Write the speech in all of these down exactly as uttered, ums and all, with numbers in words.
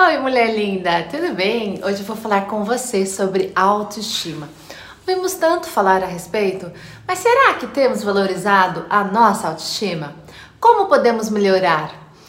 Oi, mulher linda, tudo bem? Hoje eu vou falar com você sobre autoestima. Ouvimos tanto falar a respeito, mas será que temos valorizado a nossa autoestima? Como podemos melhorar?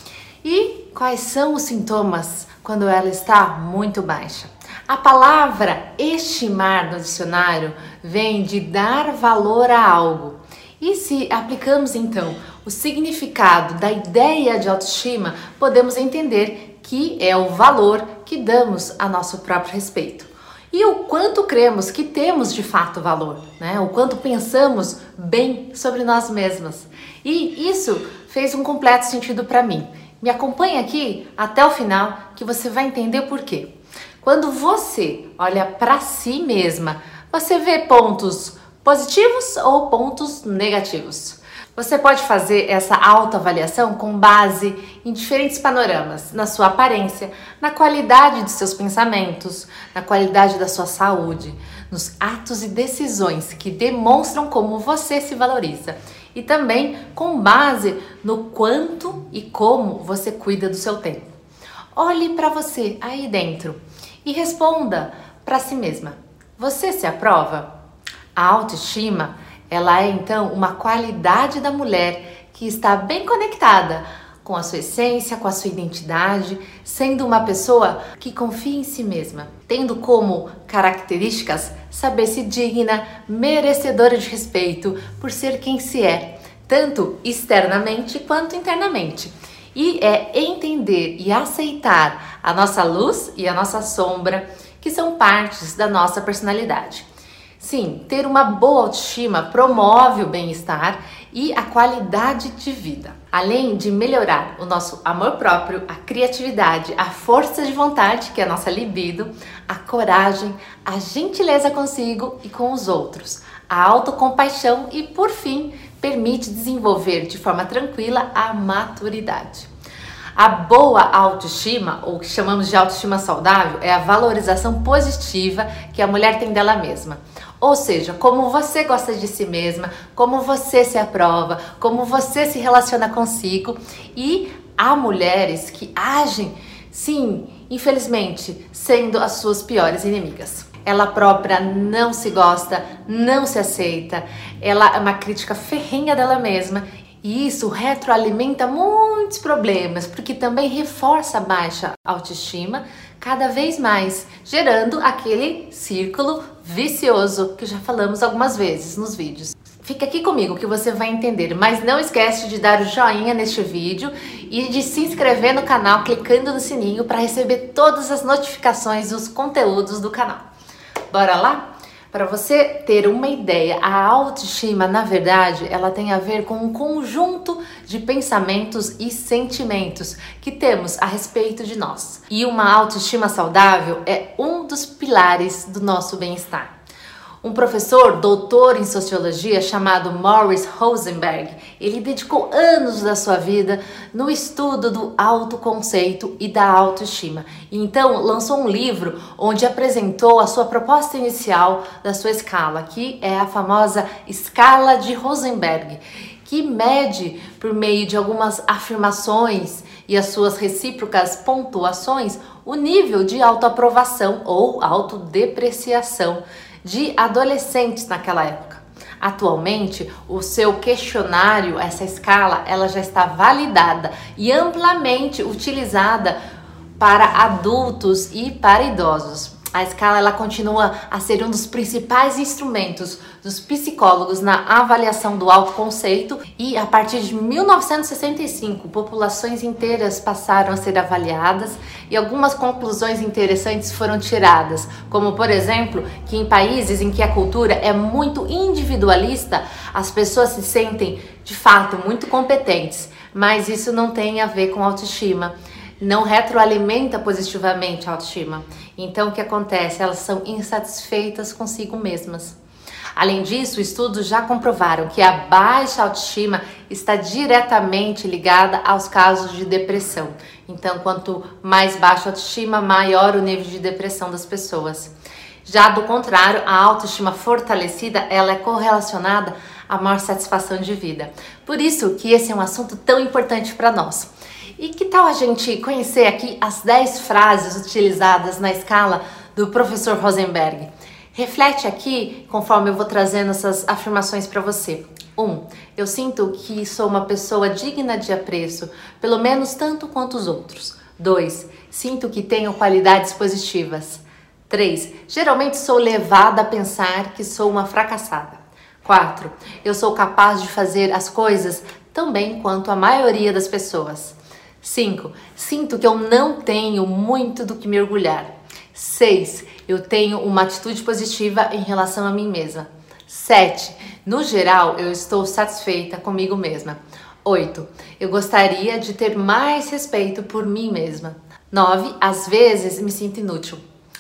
E quais são os sintomas quando ela está muito baixa? A palavra estimar no dicionário vem de dar valor a algo. E se aplicamos então o significado da ideia de autoestima, podemos entender que é o valor que damos a nosso próprio respeito. E o quanto cremos que temos de fato valor, né? O quanto pensamos bem sobre nós mesmas. E isso fez um completo sentido para mim. Me acompanhe aqui até o final que você vai entender o porquê. Quando você olha para si mesma, você vê pontos positivos ou pontos negativos. Você pode fazer essa autoavaliação com base em diferentes panoramas, na sua aparência, na qualidade de seus pensamentos, na qualidade da sua saúde, nos atos e decisões que demonstram como você se valoriza e também com base no quanto e como você cuida do seu tempo. Olhe para você aí dentro e responda para si mesma: você se aprova? A autoestima, ela é então uma qualidade da mulher que está bem conectada com a sua essência, com a sua identidade, sendo uma pessoa que confia em si mesma, tendo como características saber-se digna, merecedora de respeito por ser quem se é, tanto externamente quanto internamente. E é entender e aceitar a nossa luz e a nossa sombra, que são partes da nossa personalidade. Sim, ter uma boa autoestima promove o bem-estar e a qualidade de vida. Além de melhorar o nosso amor próprio, a criatividade, a força de vontade, que é a nossa libido, a coragem, a gentileza consigo e com os outros, a autocompaixão e, por fim, permite desenvolver de forma tranquila a maturidade. A boa autoestima, ou que chamamos de autoestima saudável, é a valorização positiva que a mulher tem dela mesma. Ou seja, como você gosta de si mesma, como você se aprova, como você se relaciona consigo. E há mulheres que agem, sim, infelizmente, sendo as suas piores inimigas. Ela própria não se gosta, não se aceita, ela é uma crítica ferrenha dela mesma. E isso retroalimenta muitos problemas, porque também reforça a baixa autoestima cada vez mais, gerando aquele círculo vicioso que já falamos algumas vezes nos vídeos. Fica aqui comigo que você vai entender, mas não esquece de dar o joinha neste vídeo e de se inscrever no canal clicando no sininho para receber todas as notificações dos conteúdos do canal. Bora lá? Para você ter uma ideia, a autoestima, na verdade, ela tem a ver com um conjunto de pensamentos e sentimentos que temos a respeito de nós. E uma autoestima saudável é um dos pilares do nosso bem-estar. Um professor, doutor em sociologia, chamado Morris Rosenberg, ele dedicou anos da sua vida no estudo do autoconceito e da autoestima. E então lançou um livro onde apresentou a sua proposta inicial da sua escala, que é a famosa escala de Rosenberg, que mede por meio de algumas afirmações e as suas recíprocas pontuações o nível de autoaprovação ou autodepreciação de adolescentes naquela época. Atualmente, o seu questionário, essa escala, ela já está validada e amplamente utilizada para adultos e para idosos. A escala ela continua a ser um dos principais instrumentos dos psicólogos na avaliação do autoconceito e a partir de mil novecentos e sessenta e cinco, populações inteiras passaram a ser avaliadas e algumas conclusões interessantes foram tiradas, como por exemplo, que em países em que a cultura é muito individualista, as pessoas se sentem de fato muito competentes, mas isso não tem a ver com autoestima. Não retroalimenta positivamente a autoestima. Então, o que acontece? Elas são insatisfeitas consigo mesmas. Além disso, estudos já comprovaram que a baixa autoestima está diretamente ligada aos casos de depressão. Então, quanto mais baixa a autoestima, maior o nível de depressão das pessoas. Já do contrário, a autoestima fortalecida, ela é correlacionada à maior satisfação de vida. Por isso que esse é um assunto tão importante para nós. E que tal a gente conhecer aqui as dez frases utilizadas na escala do professor Rosenberg? Reflete aqui conforme eu vou trazendo essas afirmações para você. um. Eu sinto que sou uma pessoa digna de apreço, pelo menos tanto quanto os outros. dois. Sinto que tenho qualidades positivas. três. Geralmente sou levada a pensar que sou uma fracassada. quatro. Eu sou capaz de fazer as coisas tão bem quanto a maioria das pessoas. cinco. Sinto que eu não tenho muito do que me orgulhar. seis. Eu tenho uma atitude positiva em relação a mim mesma. sete. No geral, eu estou satisfeita comigo mesma. oito. Eu gostaria de ter mais respeito por mim mesma. nove. Às vezes me sinto inútil.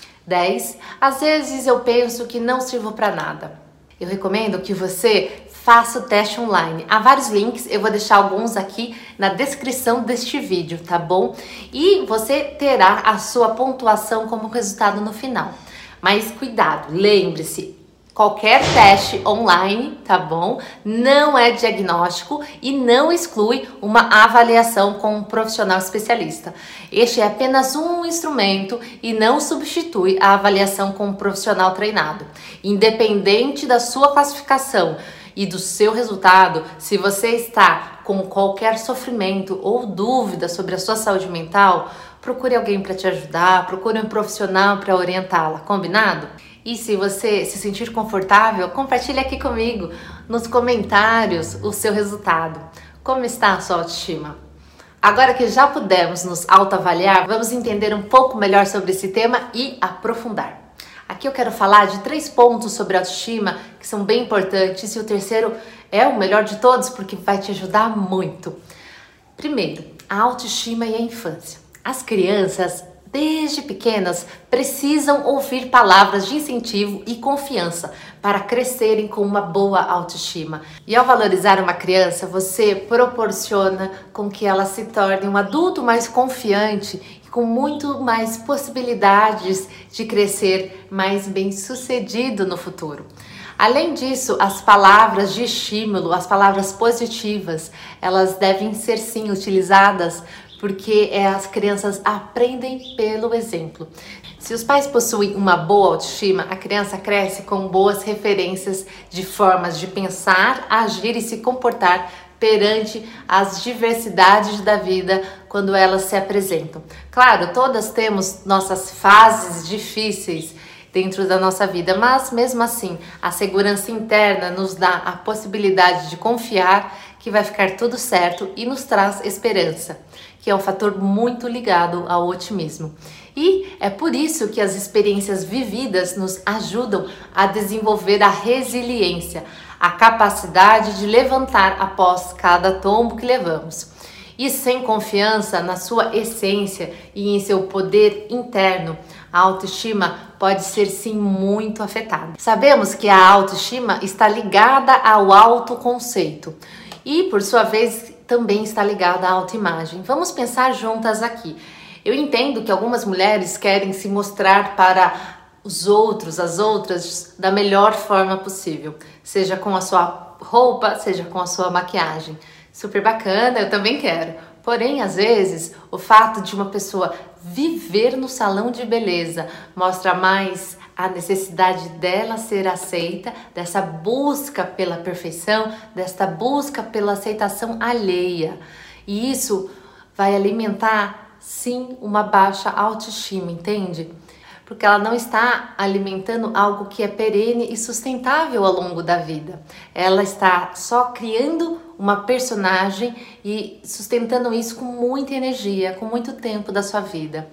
dez. Às vezes eu penso que não sirvo para nada. Eu recomendo que você faça o teste online. Há vários links, eu vou deixar alguns aqui na descrição deste vídeo, tá bom? E você terá a sua pontuação como resultado no final. Mas cuidado, lembre-se, qualquer teste online, tá bom? Não é diagnóstico e não exclui uma avaliação com um profissional especialista. Este é apenas um instrumento e não substitui a avaliação com um profissional treinado. Independente da sua classificação e do seu resultado, se você está com qualquer sofrimento ou dúvida sobre a sua saúde mental, procure alguém para te ajudar, procure um profissional para orientá-la, combinado? E se você se sentir confortável, compartilhe aqui comigo nos comentários o seu resultado. Como está a sua autoestima? Agora que já pudemos nos autoavaliar, vamos entender um pouco melhor sobre esse tema e aprofundar. Aqui eu quero falar de três pontos sobre autoestima que são bem importantes e o terceiro é o melhor de todos porque vai te ajudar muito. Primeiro, a autoestima e a infância. As crianças, desde pequenas, precisam ouvir palavras de incentivo e confiança para crescerem com uma boa autoestima. E ao valorizar uma criança, você proporciona com que ela se torne um adulto mais confiante e com muito mais possibilidades de crescer mais bem-sucedido no futuro. Além disso, as palavras de estímulo, as palavras positivas, elas devem ser sim utilizadas porque as crianças aprendem pelo exemplo. Se os pais possuem uma boa autoestima, a criança cresce com boas referências de formas de pensar, agir e se comportar perante as diversidades da vida quando elas se apresentam. Claro, todas temos nossas fases difíceis dentro da nossa vida, mas mesmo assim, a segurança interna nos dá a possibilidade de confiar que vai ficar tudo certo e nos traz esperança, que é um fator muito ligado ao otimismo. E é por isso que as experiências vividas nos ajudam a desenvolver a resiliência, a capacidade de levantar após cada tombo que levamos. E sem confiança na sua essência e em seu poder interno, a autoestima pode ser sim muito afetada. Sabemos que a autoestima está ligada ao autoconceito e, por sua vez, também está ligada à autoimagem. Vamos pensar juntas aqui. Eu entendo que algumas mulheres querem se mostrar para os outros, as outras, da melhor forma possível, seja com a sua roupa, seja com a sua maquiagem. Super bacana, eu também quero. Porém, às vezes, o fato de uma pessoa viver no salão de beleza mostra mais a necessidade dela ser aceita, dessa busca pela perfeição, desta busca pela aceitação alheia. E isso vai alimentar, sim, uma baixa autoestima, entende? Porque ela não está alimentando algo que é perene e sustentável ao longo da vida. Ela está só criando uma personagem e sustentando isso com muita energia, com muito tempo da sua vida.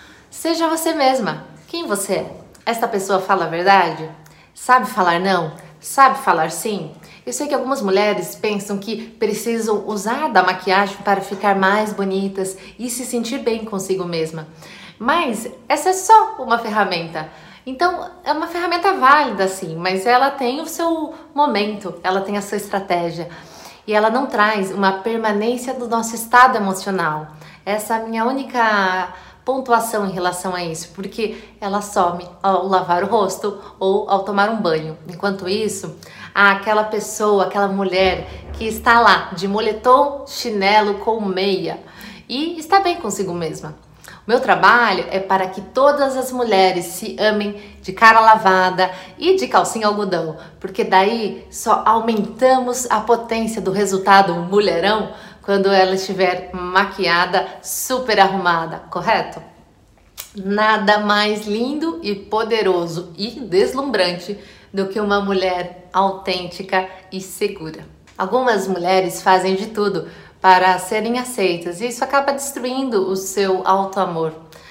Seja você mesma. Quem você é? Esta pessoa fala a verdade? Sabe falar não? Sabe falar sim? Eu sei que algumas mulheres pensam que precisam usar da maquiagem para ficar mais bonitas e se sentir bem consigo mesma. Mas essa é só uma ferramenta. Então, é uma ferramenta válida, sim, mas ela tem o seu momento, ela tem a sua estratégia. E ela não traz uma permanência do nosso estado emocional. Essa é a minha única pontuação em relação a isso, porque ela some ao lavar o rosto ou ao tomar um banho. Enquanto isso, há aquela pessoa, aquela mulher que está lá de moletom, chinelo com meia e está bem consigo mesma. O meu trabalho é para que todas as mulheres se amem de cara lavada e de calcinha algodão, porque daí só aumentamos a potência do resultado mulherão quando ela estiver maquiada, super arrumada, correto? Nada mais lindo e poderoso e deslumbrante do que uma mulher autêntica e segura. Algumas mulheres fazem de tudo para serem aceitas e isso acaba destruindo o seu auto-amor.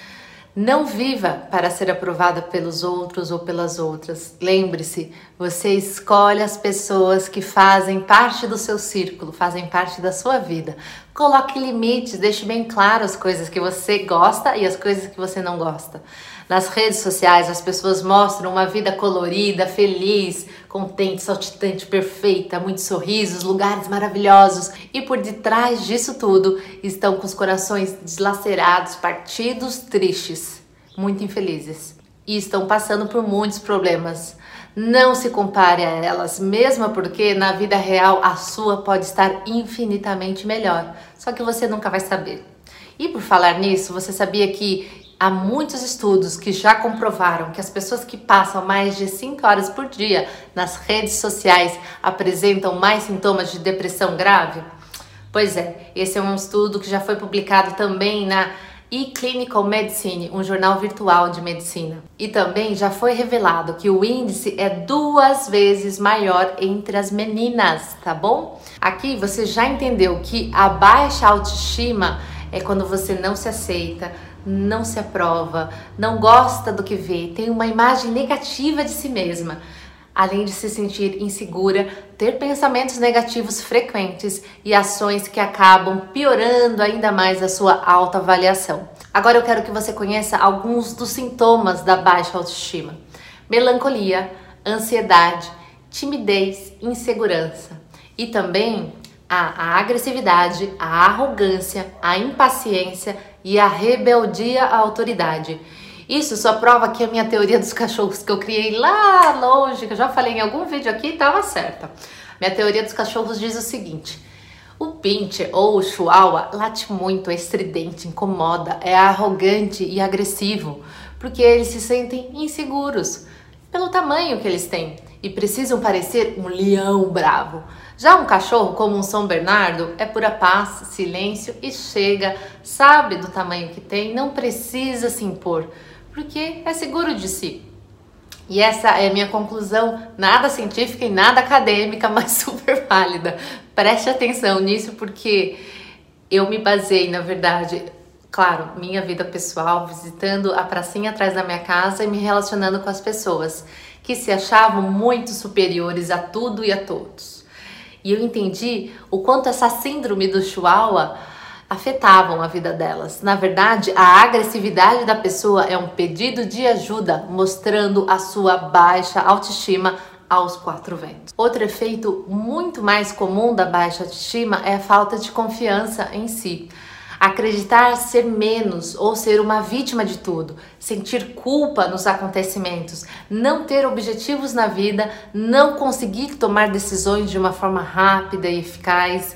Não viva para ser aprovada pelos outros ou pelas outras. Lembre-se, você escolhe as pessoas que fazem parte do seu círculo, fazem parte da sua vida. Coloque limites, deixe bem claro as coisas que você gosta e as coisas que você não gosta. Nas redes sociais, as pessoas mostram uma vida colorida, feliz, contente, saltitante, perfeita, muitos sorrisos, lugares maravilhosos. E por detrás disso tudo estão com os corações deslacerados, partidos, tristes, muito infelizes. E estão passando por muitos problemas. Não se compare a elas, mesmo porque na vida real a sua pode estar infinitamente melhor. Só que você nunca vai saber. E por falar nisso, você sabia que há muitos estudos que já comprovaram que as pessoas que passam mais de cinco horas por dia nas redes sociais apresentam mais sintomas de depressão grave? Pois é, esse é um estudo que já foi publicado também na eClinical Medicine, um jornal virtual de medicina. E também já foi revelado que o índice é duas vezes maior entre as meninas, tá bom? Aqui você já entendeu que a baixa autoestima é quando você não se aceita, não se aprova, não gosta do que vê, tem uma imagem negativa de si mesma. Além de se sentir insegura, ter pensamentos negativos frequentes e ações que acabam piorando ainda mais a sua autoavaliação. Agora eu quero que você conheça alguns dos sintomas da baixa autoestima: melancolia, ansiedade, timidez, insegurança e também a, a agressividade, a arrogância, a impaciência e a rebeldia à autoridade. Isso só prova que a minha teoria dos cachorros que eu criei lá longe, que eu já falei em algum vídeo aqui, estava certa. Minha teoria dos cachorros diz o seguinte: o pincher ou o chihuahua late muito, é estridente, incomoda, é arrogante e agressivo, porque eles se sentem inseguros pelo tamanho que eles têm e precisam parecer um leão bravo. Já um cachorro como um São Bernardo é pura paz, silêncio e chega, sabe do tamanho que tem, não precisa se impor, porque é seguro de si. E essa é a minha conclusão, nada científica e nada acadêmica, mas super válida. Preste atenção nisso porque eu me basei, na verdade, claro, minha vida pessoal, visitando a pracinha atrás da minha casa e me relacionando com as pessoas que se achavam muito superiores a tudo e a todos. E eu entendi o quanto essa síndrome do chihuahua afetavam a vida delas. Na verdade, a agressividade da pessoa é um pedido de ajuda, mostrando a sua baixa autoestima aos quatro ventos. Outro efeito muito mais comum da baixa autoestima é a falta de confiança em si. Acreditar ser menos ou ser uma vítima de tudo, sentir culpa nos acontecimentos, não ter objetivos na vida, não conseguir tomar decisões de uma forma rápida e eficaz,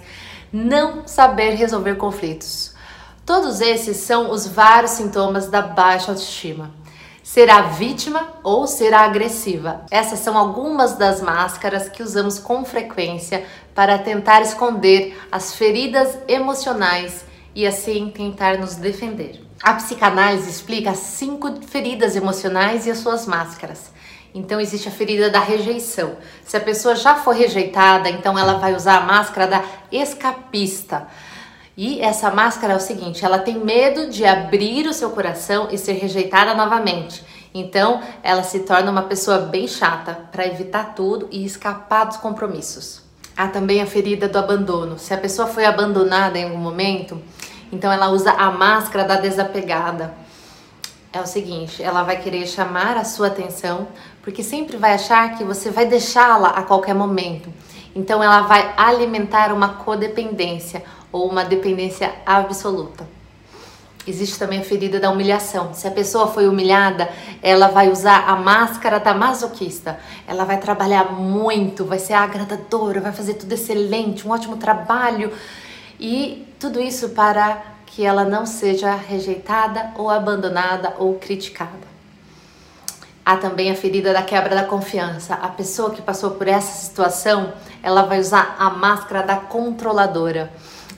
não saber resolver conflitos. Todos esses são os vários sintomas da baixa autoestima. Será vítima ou será agressiva? Essas são algumas das máscaras que usamos com frequência para tentar esconder as feridas emocionais e assim tentar nos defender. A psicanálise explica as cinco feridas emocionais e as suas máscaras. Então existe a ferida da rejeição. Se a pessoa já foi rejeitada, então ela vai usar a máscara da escapista. E essa máscara é o seguinte: ela tem medo de abrir o seu coração e ser rejeitada novamente. Então ela se torna uma pessoa bem chata para evitar tudo e escapar dos compromissos. Há também a ferida do abandono. Se a pessoa foi abandonada em algum momento, então ela usa a máscara da desapegada. É o seguinte, ela vai querer chamar a sua atenção, porque sempre vai achar que você vai deixá-la a qualquer momento. Então ela vai alimentar uma codependência ou uma dependência absoluta. Existe também a ferida da humilhação. Se a pessoa foi humilhada, ela vai usar a máscara da masoquista. Ela vai trabalhar muito, vai ser agradadora, vai fazer tudo excelente, um ótimo trabalho. E tudo isso para que ela não seja rejeitada ou abandonada ou criticada. Há também a ferida da quebra da confiança. A pessoa que passou por essa situação, ela vai usar a máscara da controladora.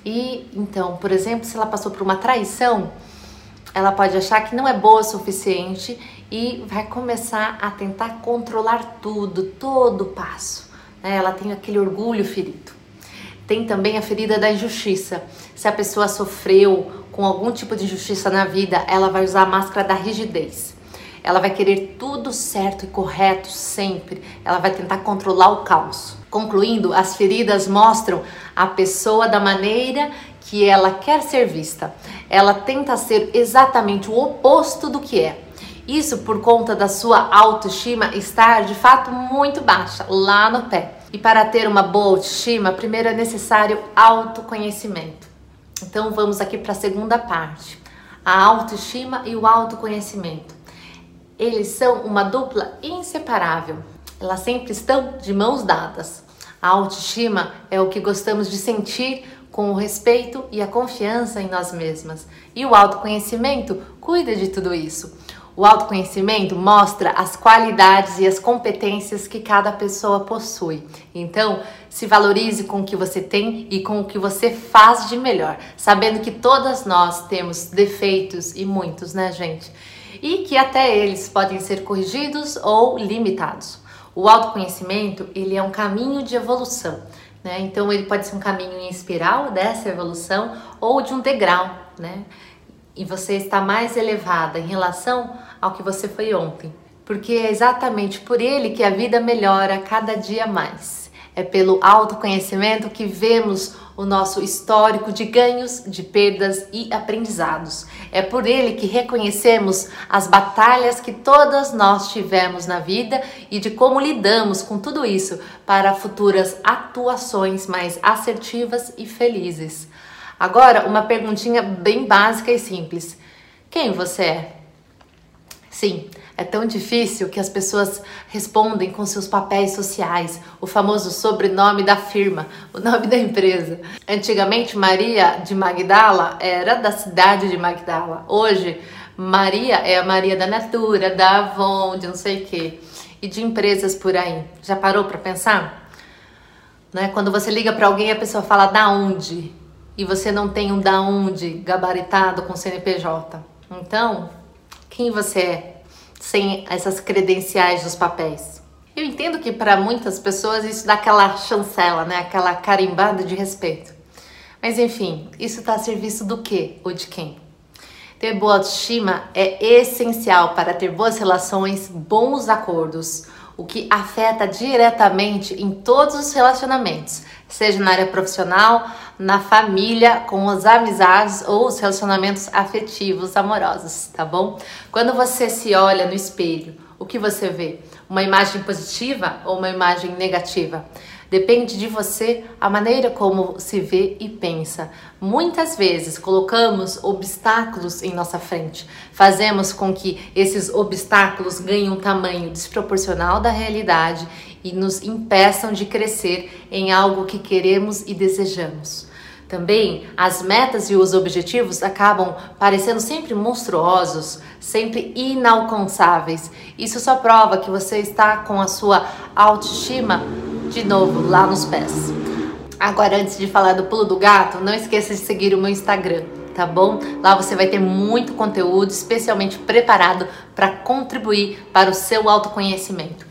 E então, por exemplo, se ela passou por uma traição, ela pode achar que não é boa o suficiente e vai começar a tentar controlar tudo, todo passo. Ela tem aquele orgulho ferido. Tem também a ferida da injustiça. Se a pessoa sofreu com algum tipo de injustiça na vida, ela vai usar a máscara da rigidez. Ela vai querer tudo certo e correto sempre. Ela vai tentar controlar o caos. Concluindo, as feridas mostram a pessoa da maneira que ela quer ser vista. Ela tenta ser exatamente o oposto do que é. Isso por conta da sua autoestima estar de fato muito baixa, lá no pé. E para ter uma boa autoestima, primeiro é necessário autoconhecimento. Então vamos aqui para a segunda parte. A autoestima e o autoconhecimento. Eles são uma dupla inseparável. Elas sempre estão de mãos dadas. A autoestima é o que gostamos de sentir com o respeito e a confiança em nós mesmas. E o autoconhecimento cuida de tudo isso. O autoconhecimento mostra as qualidades e as competências que cada pessoa possui. Então, se valorize com o que você tem e com o que você faz de melhor, sabendo que todas nós temos defeitos e muitos, né, gente? E que até eles podem ser corrigidos ou limitados. O autoconhecimento, ele é um caminho de evolução, né? Então, ele pode ser um caminho em espiral dessa evolução ou de um degrau, né? E você está mais elevada em relação ao que você foi ontem. Porque é exatamente por ele que a vida melhora cada dia mais. É pelo autoconhecimento que vemos o nosso histórico de ganhos, de perdas e aprendizados. É por ele que reconhecemos as batalhas que todas nós tivemos na vida e de como lidamos com tudo isso para futuras atuações mais assertivas e felizes. Agora, uma perguntinha bem básica e simples. Quem você é? Sim, é tão difícil que as pessoas respondem com seus papéis sociais, o famoso sobrenome da firma, o nome da empresa. Antigamente, Maria de Magdala era da cidade de Magdala. Hoje, Maria é a Maria da Natura, da Avon, de não sei o quê, e de empresas por aí. Já parou para pensar? Né? Quando você liga para alguém, a pessoa fala da onde? E você não tem um da onde gabaritado com C N P J. Então, quem você é sem essas credenciais dos papéis? Eu entendo que para muitas pessoas isso dá aquela chancela, né? Aquela carimbada de respeito. Mas enfim, isso está a serviço do quê ou de quem? Ter boa autoestima é essencial para ter boas relações, bons acordos, o que afeta diretamente em todos os relacionamentos, seja na área profissional, na família, com as amizades ou os relacionamentos afetivos, amorosos, tá bom? Quando você se olha no espelho, o que você vê? Uma imagem positiva ou uma imagem negativa? Depende de você a maneira como se vê e pensa. Muitas vezes colocamos obstáculos em nossa frente. Fazemos com que esses obstáculos ganhem um tamanho desproporcional da realidade e nos impeçam de crescer em algo que queremos e desejamos. Também as metas e os objetivos acabam parecendo sempre monstruosos, sempre inalcançáveis. Isso só prova que você está com a sua autoestima de novo lá nos pés. Agora, antes de falar do pulo do gato, não esqueça de seguir o meu Instagram, tá bom? Lá você vai ter muito conteúdo especialmente preparado para contribuir para o seu autoconhecimento.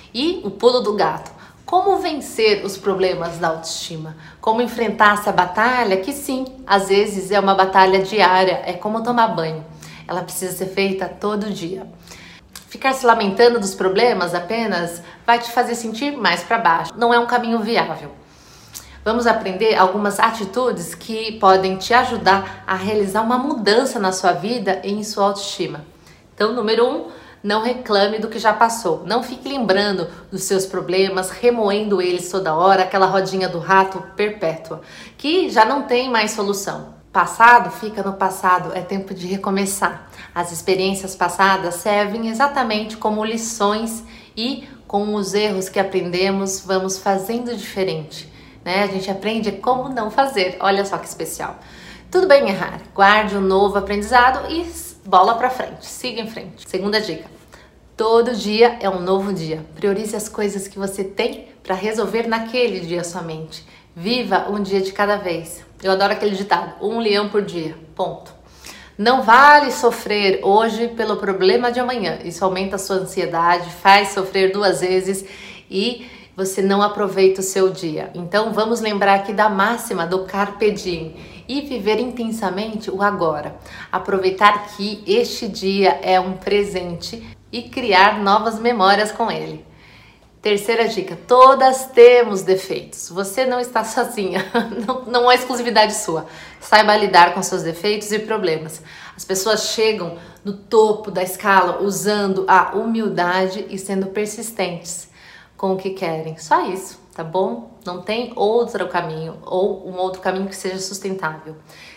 E o pulo do gato. Como vencer os problemas da autoestima? Como enfrentar essa batalha que sim, às vezes é uma batalha diária, é como tomar banho. Ela precisa ser feita todo dia. Ficar se lamentando dos problemas apenas vai te fazer sentir mais para baixo. Não é um caminho viável. Vamos aprender algumas atitudes que podem te ajudar a realizar uma mudança na sua vida e em sua autoestima. Então, número um, não reclame do que já passou. Não fique lembrando dos seus problemas, remoendo eles toda hora, aquela rodinha do rato perpétua, que já não tem mais solução. Passado fica no passado, é tempo de recomeçar. As experiências passadas servem exatamente como lições e com os erros que aprendemos, vamos fazendo diferente, né? A gente aprende como não fazer, olha só que especial. Tudo bem errar, guarde um novo aprendizado e bola pra frente, siga em frente. Segunda dica, todo dia é um novo dia. Priorize as coisas que você tem para resolver naquele dia somente. Viva um dia de cada vez. Eu adoro aquele ditado, um leão por dia, ponto. Não vale sofrer hoje pelo problema de amanhã. Isso aumenta a sua ansiedade, faz sofrer duas vezes e você não aproveita o seu dia. Então vamos lembrar aqui da máxima do Carpe Diem e viver intensamente o agora. Aproveitar que este dia é um presente e criar novas memórias com ele. Terceira dica, todas temos defeitos, você não está sozinha, não, não é exclusividade sua. Saiba lidar com seus defeitos e problemas. As pessoas chegam no topo da escala usando a humildade e sendo persistentes com o que querem. Só isso, tá bom? Não tem outro caminho ou um outro caminho que seja sustentável.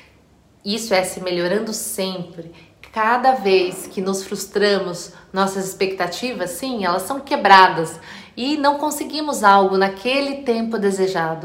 Isso é se melhorando sempre. Cada vez que nos frustramos, nossas expectativas, sim, elas são quebradas e não conseguimos algo naquele tempo desejado.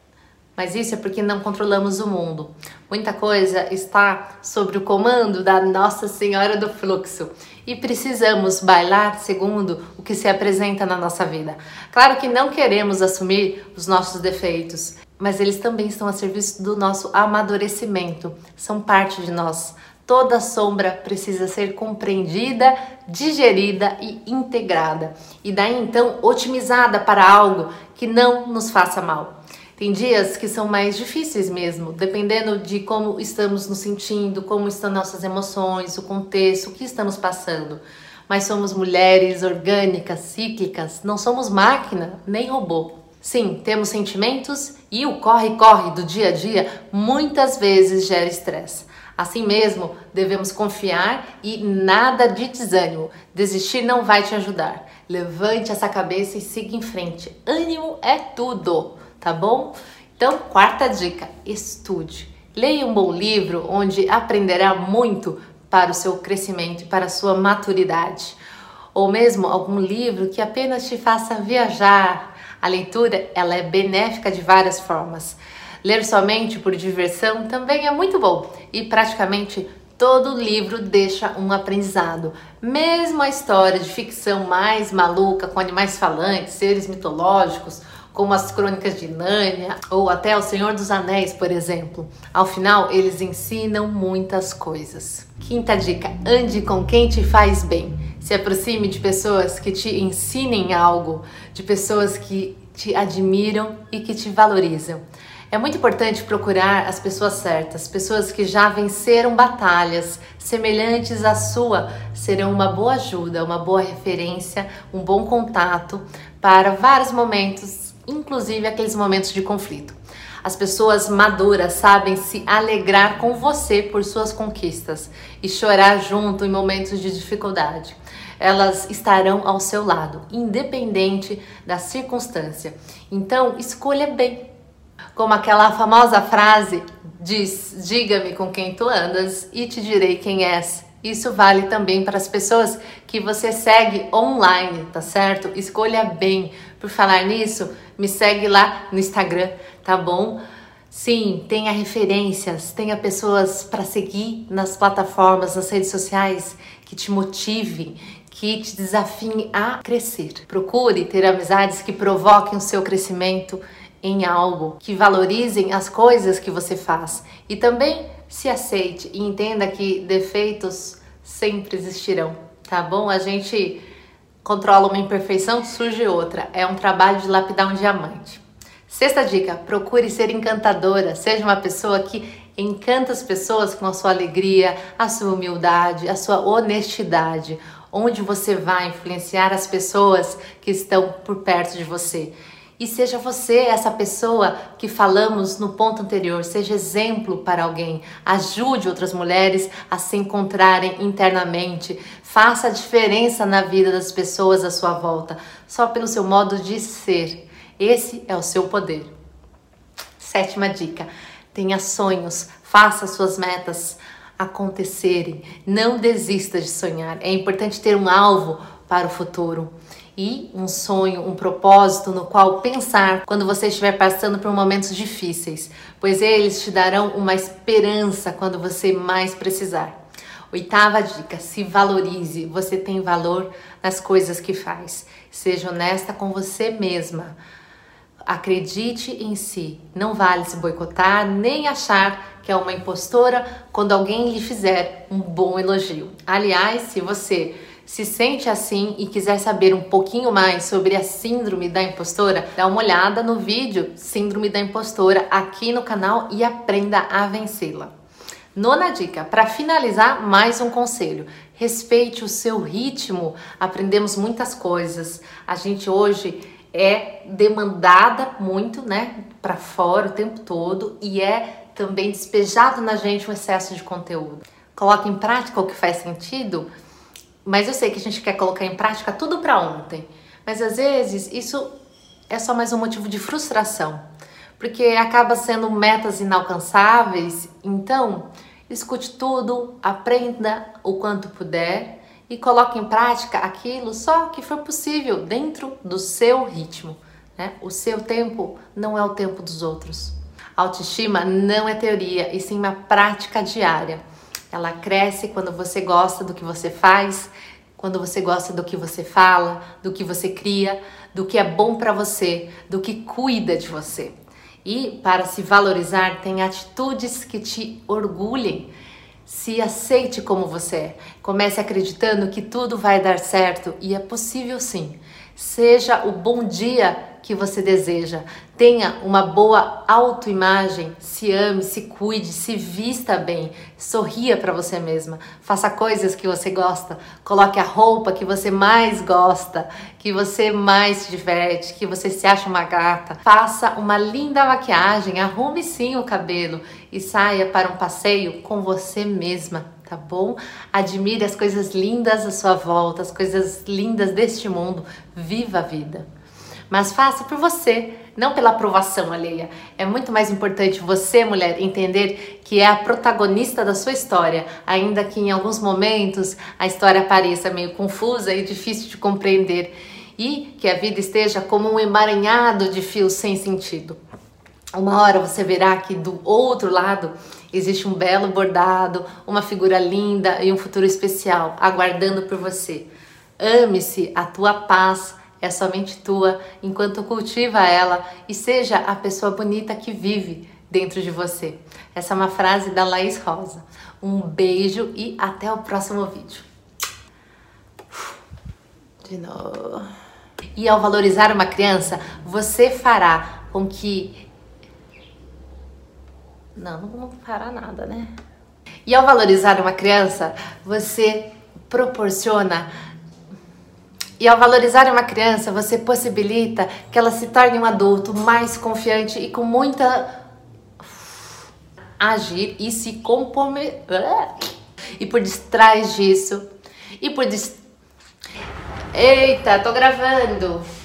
Mas isso é porque não controlamos o mundo. Muita coisa está sob o comando da Nossa Senhora do Fluxo e precisamos bailar segundo o que se apresenta na nossa vida. Claro que não queremos assumir os nossos defeitos, mas eles também estão a serviço do nosso amadurecimento, são parte de nós. Toda sombra precisa ser compreendida, digerida e integrada. E daí então otimizada para algo que não nos faça mal. Tem dias que são mais difíceis mesmo, dependendo de como estamos nos sentindo, como estão nossas emoções, o contexto, o que estamos passando. Mas somos mulheres orgânicas, cíclicas, não somos máquina nem robô. Sim, temos sentimentos e o corre-corre do dia a dia muitas vezes gera estresse. Assim mesmo, devemos confiar e nada de desânimo. Desistir não vai te ajudar. Levante essa cabeça e siga em frente. Ânimo é tudo, tá bom? Então, quarta dica, estude. Leia um bom livro onde aprenderá muito para o seu crescimento e para a sua maturidade. Ou mesmo algum livro que apenas te faça viajar. A leitura, ela é benéfica de várias formas. Ler somente por diversão também é muito bom e praticamente todo livro deixa um aprendizado. Mesmo a história de ficção mais maluca, com animais falantes, seres mitológicos, como as Crônicas de Nárnia ou até O Senhor dos Anéis, por exemplo. Ao final, eles ensinam muitas coisas. Quinta dica, ande com quem te faz bem. Se aproxime de pessoas que te ensinem algo, de pessoas que te admiram e que te valorizam. É muito importante procurar as pessoas certas, pessoas que já venceram batalhas semelhantes à sua, serão uma boa ajuda, uma boa referência, um bom contato para vários momentos, inclusive aqueles momentos de conflito. As pessoas maduras sabem se alegrar com você por suas conquistas e chorar junto em momentos de dificuldade. Elas estarão ao seu lado, independente da circunstância. Então, escolha bem. Como aquela famosa frase diz, diga-me com quem tu andas e te direi quem és. Isso vale também para as pessoas que você segue online, tá certo? Escolha bem. Por falar nisso, me segue lá no Instagram, tá bom? Sim, tenha referências, tenha pessoas para seguir nas plataformas, nas redes sociais que te motivem, que te desafiem a crescer. Procure ter amizades que provoquem o seu crescimento em algo, que valorizem as coisas que você faz e também se aceite e entenda que defeitos sempre existirão, tá bom? A gente controla uma imperfeição, surge outra. É um trabalho de lapidar um diamante. Sexta dica, procure ser encantadora, seja uma pessoa que encanta as pessoas com a sua alegria, a sua humildade, a sua honestidade, onde você vai influenciar as pessoas que estão por perto de você. E seja você essa pessoa que falamos no ponto anterior, seja exemplo para alguém, ajude outras mulheres a se encontrarem internamente, faça a diferença na vida das pessoas à sua volta, só pelo seu modo de ser. Esse é o seu poder. Sétima dica, tenha sonhos, faça suas metas acontecerem, não desista de sonhar. É importante ter um alvo para o futuro. e um sonho, um propósito no qual pensar quando você estiver passando por momentos difíceis, pois eles te darão uma esperança quando você mais precisar. Oitava dica, se valorize. Você tem valor nas coisas que faz. Seja honesta com você mesma. Acredite em si. Não vale se boicotar nem achar que é uma impostora quando alguém lhe fizer um bom elogio. Aliás, se você se sente assim e quiser saber um pouquinho mais sobre a síndrome da impostora, dá uma olhada no vídeo Síndrome da Impostora aqui no canal e aprenda a vencê-la. Nona dica, para finalizar, mais um conselho. Respeite o seu ritmo. Aprendemos muitas coisas. A gente hoje é demandada muito, né, para fora o tempo todo e é também despejado na gente um excesso de conteúdo. Coloque em prática o que faz sentido, mas eu sei que a gente quer colocar em prática tudo para ontem. Mas às vezes isso é só mais um motivo de frustração, porque acaba sendo metas inalcançáveis. Então, escute tudo, aprenda o quanto puder e coloque em prática aquilo só que for possível dentro do seu ritmo, né? O seu tempo não é o tempo dos outros. A autoestima não é teoria, e sim uma prática diária. Ela cresce quando você gosta do que você faz, quando você gosta do que você fala, do que você cria, do que é bom para você, do que cuida de você. E para se valorizar, tem atitudes que te orgulhem. Se aceite como você é. Comece acreditando que tudo vai dar certo e é possível sim. Seja o bom dia que você deseja. Tenha uma boa autoimagem. Se ame, se cuide, se vista bem. Sorria para você mesma. Faça coisas que você gosta. Coloque a roupa que você mais gosta, que você mais se diverte, que você se acha uma gata. Faça uma linda maquiagem. Arrume sim o cabelo e saia para um passeio com você mesma. Tá bom? Admire as coisas lindas à sua volta, as coisas lindas deste mundo. Viva a vida. Mas faça por você, não pela aprovação alheia. É muito mais importante você, mulher, entender que é a protagonista da sua história, ainda que em alguns momentos a história pareça meio confusa e difícil de compreender, e que a vida esteja como um emaranhado de fios sem sentido. Uma hora você verá que do outro lado existe um belo bordado, uma figura linda e um futuro especial aguardando por você. Ame-se, a tua paz é somente tua enquanto cultiva ela e seja a pessoa bonita que vive dentro de você. Essa é uma frase da Laís Rosa. Um beijo e até o próximo vídeo. De novo. E ao valorizar uma criança, você fará com que... Não, não vou parar nada, né? E ao valorizar uma criança, você proporciona... E ao valorizar uma criança, você possibilita que ela se torne um adulto mais confiante e com muita... agir e se comprometer. E por detrás disso... E por... Des... Eita, tô gravando!